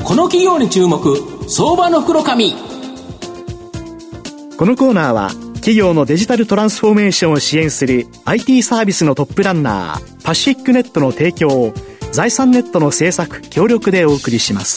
この企業に注目、相場の袋紙。 このコーナーは企業のデジタルトランスフォーメーションを支援する IT サービスのトップランナーパシフィックネットの提供を財産ネットの制作協力でお送りします。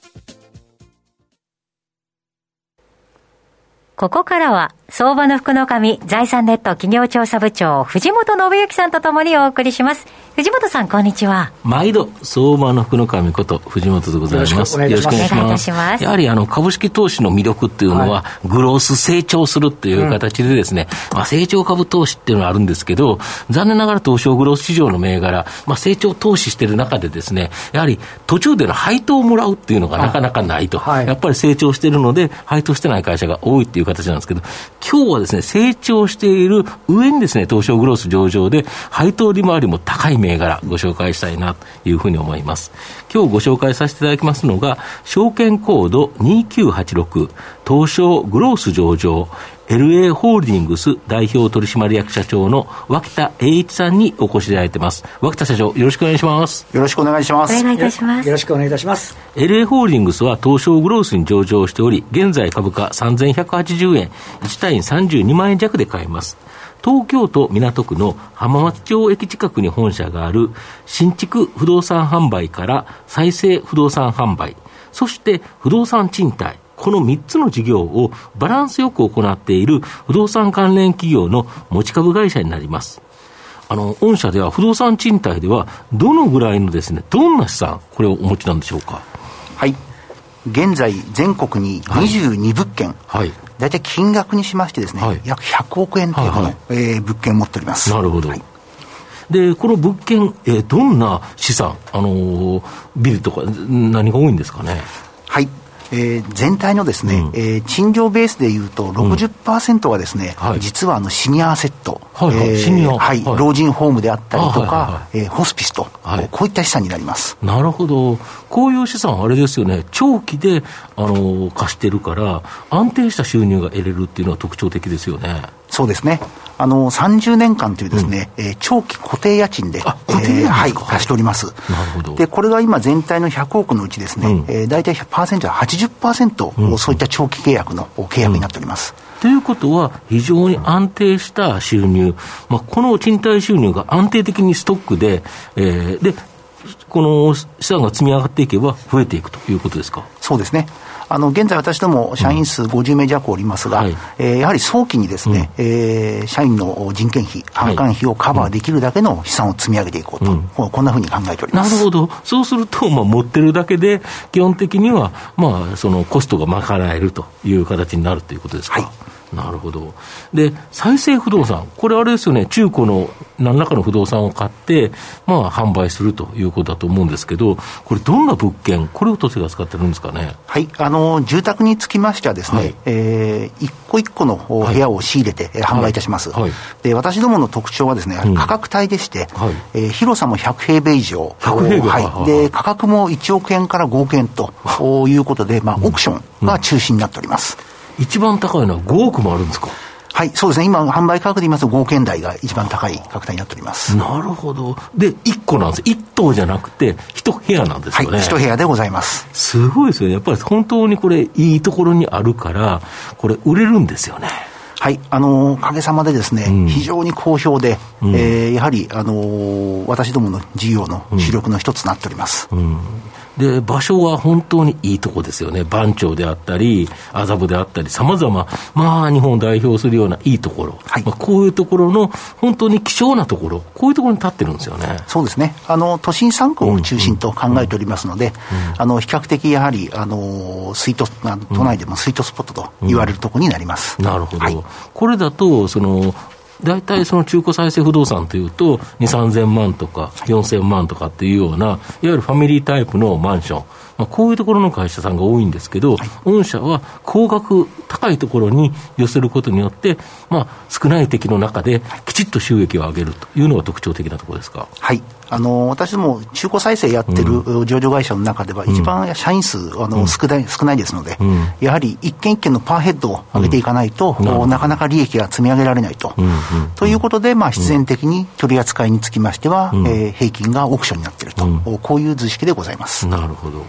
ここからは相場の福の神財産ネット企業調査部長藤本信之さんとともにお送りします。藤本さん、こんにちは。 毎度相場の福の神こと藤本でございます。よろしくお願いします。やはり株式投資の魅力っていうのは、グロース成長するっていう形でですね、成長株投資っていうのがあるんですけど、残念ながら東証グロース市場の銘柄、成長投資している中でですね、やはり途中での配当をもらうっていうのがなかなかないと、やっぱり成長しているので配当してない会社が多いっていう形なんですけど、今日はですね、成長している上にですね、東証グロース上場で配当利回りも高い銘柄ご紹介したいなというふうに思います。今日ご紹介させていただきますのが、証券コード2986東証グロース上場 LA ホールディングス代表取締役社長の脇田栄一さんにお越しいただいています。脇田社長、よろしくお願いします。 よろしくお願いします。 お願いいたします。 よろしくお願いいたします。 LA ホールディングスは東証グロースに上場しており、現在株価3180円、1単位32万円弱で買えます。東京都港区の浜松町駅近くに本社がある新築不動産販売から再生不動産販売、そして不動産賃貸、この3つの事業をバランスよく行っている不動産関連企業の持ち株会社になります。御社では不動産賃貸ではどのぐらいのですね、どんな資産、これをお持ちなんでしょうか。 はい、現在全国に22物件、だいたい金額にしましてですね、約100億円というの物件を持っております。 なるほど。でこの物件、どんな資産、ビルとか何が多いんですかね。 はい、全体のですね、賃料ベースでいうと 60% がですね、実はシニアアセット、 シニア、 老人ホームであったりとか、ホスピスと、こういった資産になります。 なるほど。こういう資産はあれですよね、長期で貸してるから安定した収入が得れるっていうのは特徴的ですよね。 そうですね。30年間というですね、長期固定家賃で、貸しております。 なるほど。 で、これが今全体の100億のうちですね、大体 100% は 80%、そういった長期契約の契約になっております。 ということは非常に安定した収入、この賃貸収入が安定的にストックで、この資産が積み上がっていけば増えていくということですか。 そうですね。現在私ども社員数50名弱おりますが、やはり早期にですね、社員の人件費、販管費をカバーできるだけの資産を積み上げていこうと、こんなふうに考えております。 なるほど。そうすると、持ってるだけで基本的には、そのコストが賄えるという形になるということですか。なるほど。で、再生不動産、これあれですよね、中古の何らかの不動産を買って、販売するということだと思うんですけど、これどんな物件、これを都政が使ってるんですかね。 はい、住宅につきましてはですね、一個一個の部屋を仕入れて、販売いたします。で、私どもの特徴はですね、価格帯でして、広さも100平米以上、で価格も1億円から5億円ということで、オークションが中心になっております。 一番高いのは5億もあるんですか。 はい、そうですね。今販売価格で言いますと5億円台が一番高い価格帯になっております。 なるほど。で、1個なんです。1棟じゃなくて1部屋なんですよね。 1部屋でございます。 すごいですよね。やっぱり本当にこれいいところにあるからこれ売れるんですよね。 はい、おかげさまでですね、非常に好評で、やはり私どもの事業の主力の一つとなっております。 で、場所は本当にいいとこですよね。番町であったり麻布であったり様々、日本を代表するようないいところ、こういうところの本当に希少なところ、こういうところに立ってるんですよね。 そうですね。都心3区を中心と考えておりますので、比較的やはり都内でもスイートスポットと言われるところになります。 なるほど。これだと大体その中古再生不動産というと2、3000万とか4000万とかっていうようないわゆるファミリータイプのマンション、こういうところの会社さんが多いんですけど、御社は高額高いところに寄せることによって、少ない敵の中できちっと収益を上げるというのが特徴的なところですか。 はい、私ども中古再生やってる上場会社の中では一番社員数少ないですので、やはり一件一件のパーヘッドを上げていかないと、なかなか利益が積み上げられないと、ということで、必然的に取り扱いにつきましては、平均がオークションになっていると、こういう図式でございます。 なるほど。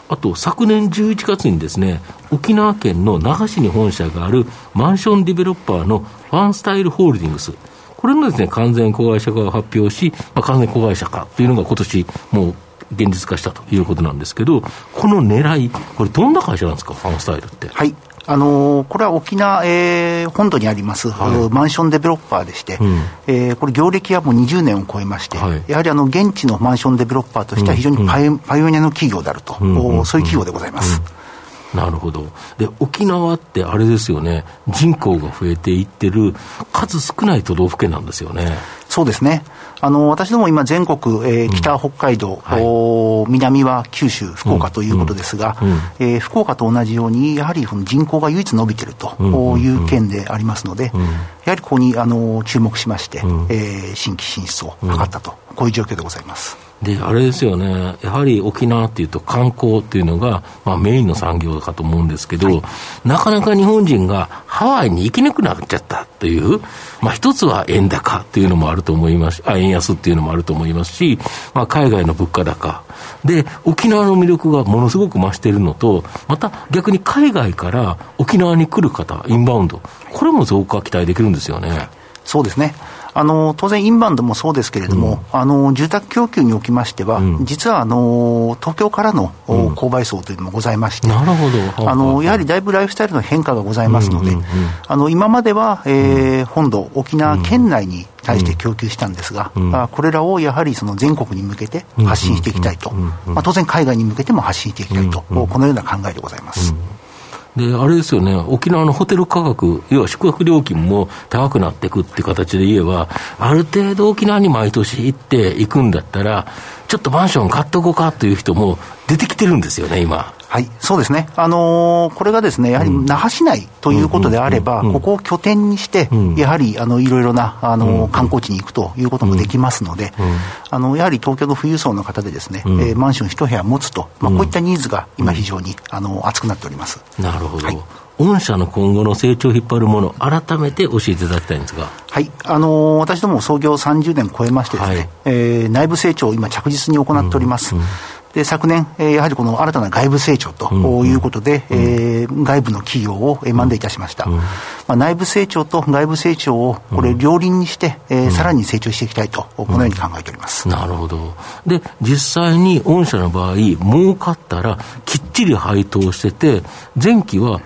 あと昨年11月にですね、沖縄県の那覇市に本社があるマンションディベロッパーのファンスタイルホールディングス、これのですね、完全子会社化を発表し、完全子会社化というのが今年もう現実化したということなんですけど、この狙い、これどんな会社なんですか、ファンスタイルって。 はい、これは沖縄、本土にあります、マンションデベロッパーでして、これ業歴はもう20年を超えまして、やはり現地のマンションデベロッパーとしては非常にパイオニアの企業であると、そういう企業でございます。 なるほど。で、沖縄ってあれですよね、人口が増えていってる数少ない都道府県なんですよね。 そうですね。私ども今全国、北北海道、南は九州福岡ということですが、福岡と同じようにやはり人口が唯一伸びているという県でありますので、やはりここに注目しまして、新規進出を図ったと、こういう状況でございます。 で、あれですよね、やはり沖縄っていうと観光っていうのが、メインの産業かと思うんですけど、なかなか日本人がハワイに行きにくくなっちゃったという、一つは円高っていうのもあると思いますし、円安っていうのもあると思いますし、海外の物価高で沖縄の魅力がものすごく増しているのと、また逆に海外から沖縄に来る方、インバウンド、これも増加期待できるんですよね。 そうですね。当然インバウンドもそうですけれども、住宅供給におきましては、実は東京からの購買層というのもございまして、 なるほど。 やはりだいぶライフスタイルの変化がございますので、今までは、本土沖縄県内に対して供給したんですが、これらをやはりその全国に向けて発信していきたいと、当然海外に向けても発信していきたいと、このような考えでございます。 で、あれですよね、沖縄のホテル価格、要は宿泊料金も高くなっていくっていう形で言えば、ある程度沖縄に毎年行って行くんだったら、ちょっとマンション買っとこうかという人も出てきてるんですよね、今。 はい、そうですね。これがですね、やはり那覇市内ということであれば、ここを拠点にして、やはりいろいろな観光地に行くということもできますので、やはり東京の富裕層の方でですね、マンション一部屋持つと、こういったニーズが今非常に厚くなっております。 なるほど。御社の今後の成長を引っ張るもの、改めて教えていただきたいんですが。 はい、私ども創業30年超えましてですね、内部成長を今着実に行っております。で、昨年、やはりこの新たな外部成長ということで、外部の企業をマンデーいたしました。内部成長と外部成長をこれ両輪にして、さらに成長していきたいと、このように考えております。 なるほど。で、実際に御社の場合、儲かったらきっちり配当してて、前期は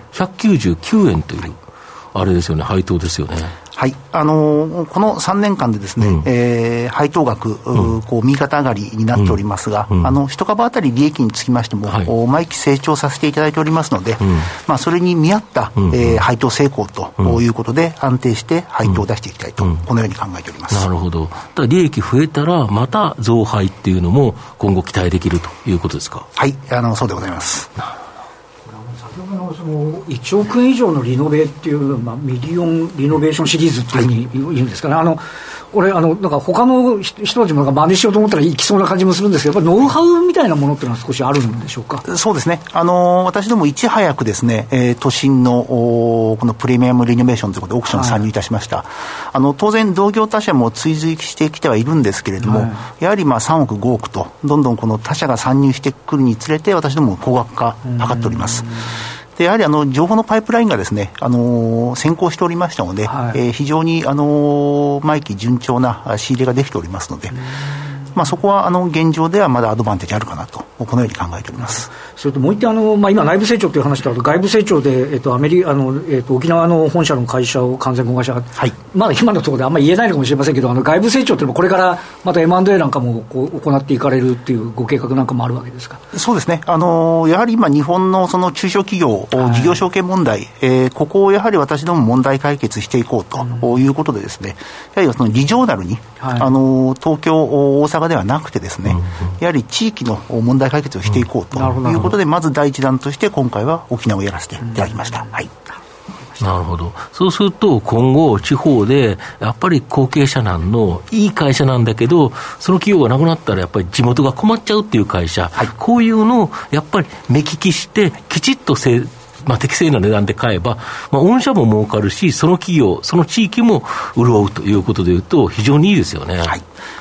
199円という、あれですよね、配当ですよね。 はい、この3年間でですね、配当額、右肩上がりになっておりますが、一株当たり利益につきましても、毎期成長させていただいておりますので、それに見合った、配当成功ということで、安定して配当を出していきたいと、このように考えております。 なるほど。だ利益増えたら、また増配っていうのも今後期待できるということですか。 はい、そうでございます。 その1億円以上のリノベっていう、ミリオンリノベーションシリーズっていうふうに言うんですかね。これなんか他の人たちも真似しようと思ったらいきそうな感じもするんですけど、やっぱりノウハウみたいなものっていうのは少しあるんでしょうか。 そうですね。私どもいち早くですね、都心のこのプレミアムリノベーションということでオークションに参入いたしました。当然同業他社も追随してきてはいるんですけれども、やはり3億5億とどんどんこの他社が参入してくるにつれて、私ども高額化図っております。でやはり情報のパイプラインがですね、先行しておりましたので、非常に毎期順調な仕入れができておりますので、そこは現状ではまだアドバンテージあるかなと、このように考えております。 それともう一点今内部成長という話と、外部成長で、沖縄の本社の会社を完全子会社が、まだ今のところであんまり言えないのかもしれませんけど、外部成長というのもこれからまた M&A なんかも行っていかれるっていうご計画なんかもあるわけですか。 そうですね。やはり今日本のその中小企業、事業承継問題、ここをやはり私ども問題解決していこうということでですね、やはりそのリジョーナルに、東京大阪ではなくてですね、やはり地域の問題解決をしていこうということで、まず第一弾として今回は沖縄をやらせていただきました。はい。 なるほど。そうすると今後地方でやっぱり後継者なんのいい会社なんだけど、その企業がなくなったらやっぱり地元が困っちゃうっていう会社、こういうのをやっぱり目利きしてきちっと適正な値段で買えば、御社も儲かるし、その企業その地域も潤うということでいうと非常にいいですよね。 はい、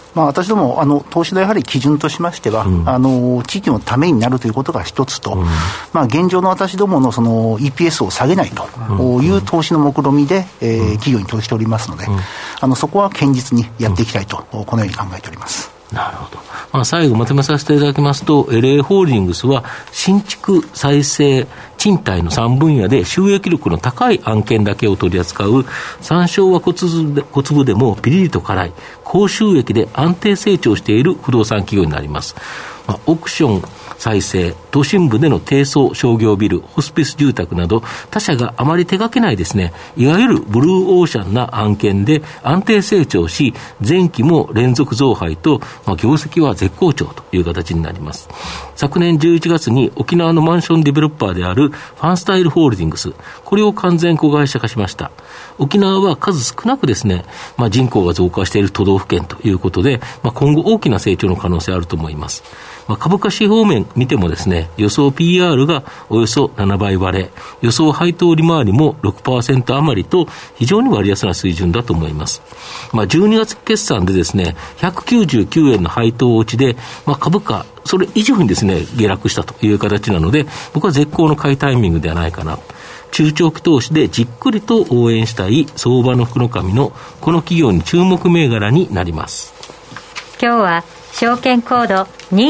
私ども投資のやはり基準としましては、地域のためになるということが一つと、現状の私どものその EPS を下げないという投資の目論見で、企業に投資しておりますので、そこは堅実にやっていきたいと、このように考えております。 なるほど。最後まとめさせていただきますと、LA ホールディングスは新築、再生、賃貸の3分野で収益力の高い案件だけを取り扱う山椒は小粒でもピリリと辛い高収益で安定成長している不動産企業になります。オークション再生、都心部での低層商業ビル、ホスピス住宅など他社があまり手掛けないですね、いわゆるブルーオーシャンな案件で安定成長し、前期も連続増配と、業績は絶好調という形になります。昨年11月に沖縄のマンションデベロッパーであるファンスタイルホールディングス、これを完全子会社化しました。沖縄は数少なくですね、人口が増加している都道府県ということで、今後大きな成長の可能性あると思います。株価指標面見てもですね、予想 PR がおよそ7倍割れ、予想配当利回りも 6% 余りと非常に割安な水準だと思います。12月決算でですね、199円の配当落ちで、株価それ以上にですね下落したという形なので、僕は絶好の買いタイミングではないかな。中長期投資でじっくりと応援したい相場の福の神のこの企業に注目銘柄になります。 今日は証券コード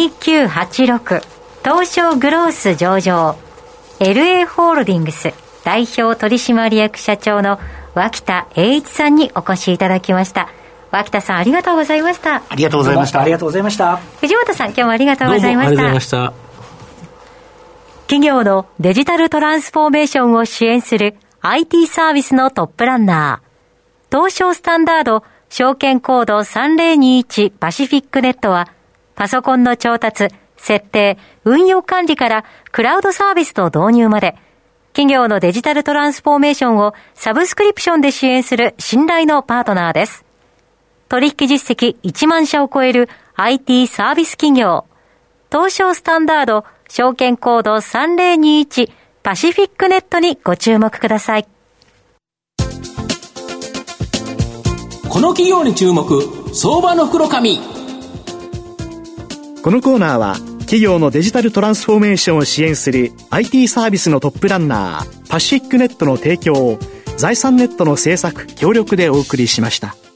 2986東証グロース上場 LA ホールディングス代表取締役社長の脇田栄一さんにお越しいただきました。脇田さん、ありがとうございました。 ありがとうございました。 ありがとうございました。 藤本さん、今日もありがとうございました。 どうもありがとうございました。 企業のデジタルトランスフォーメーションを支援する IT サービスのトップランナー、東証スタンダード証券コード3021パシフィックネットは、パソコンの調達、設定、運用管理からクラウドサービスの導入まで、企業のデジタルトランスフォーメーションをサブスクリプションで支援する信頼のパートナーです。取引実績1万社を超える IT サービス企業、東証スタンダード証券コード3021パシフィックネットにご注目ください。 この企業に注目、相場の福の神。 このコーナーは企業のデジタルトランスフォーメーションを支援する IT サービスのトップランナーパシフィックネットの提供を財産ネットの制作協力でお送りしました。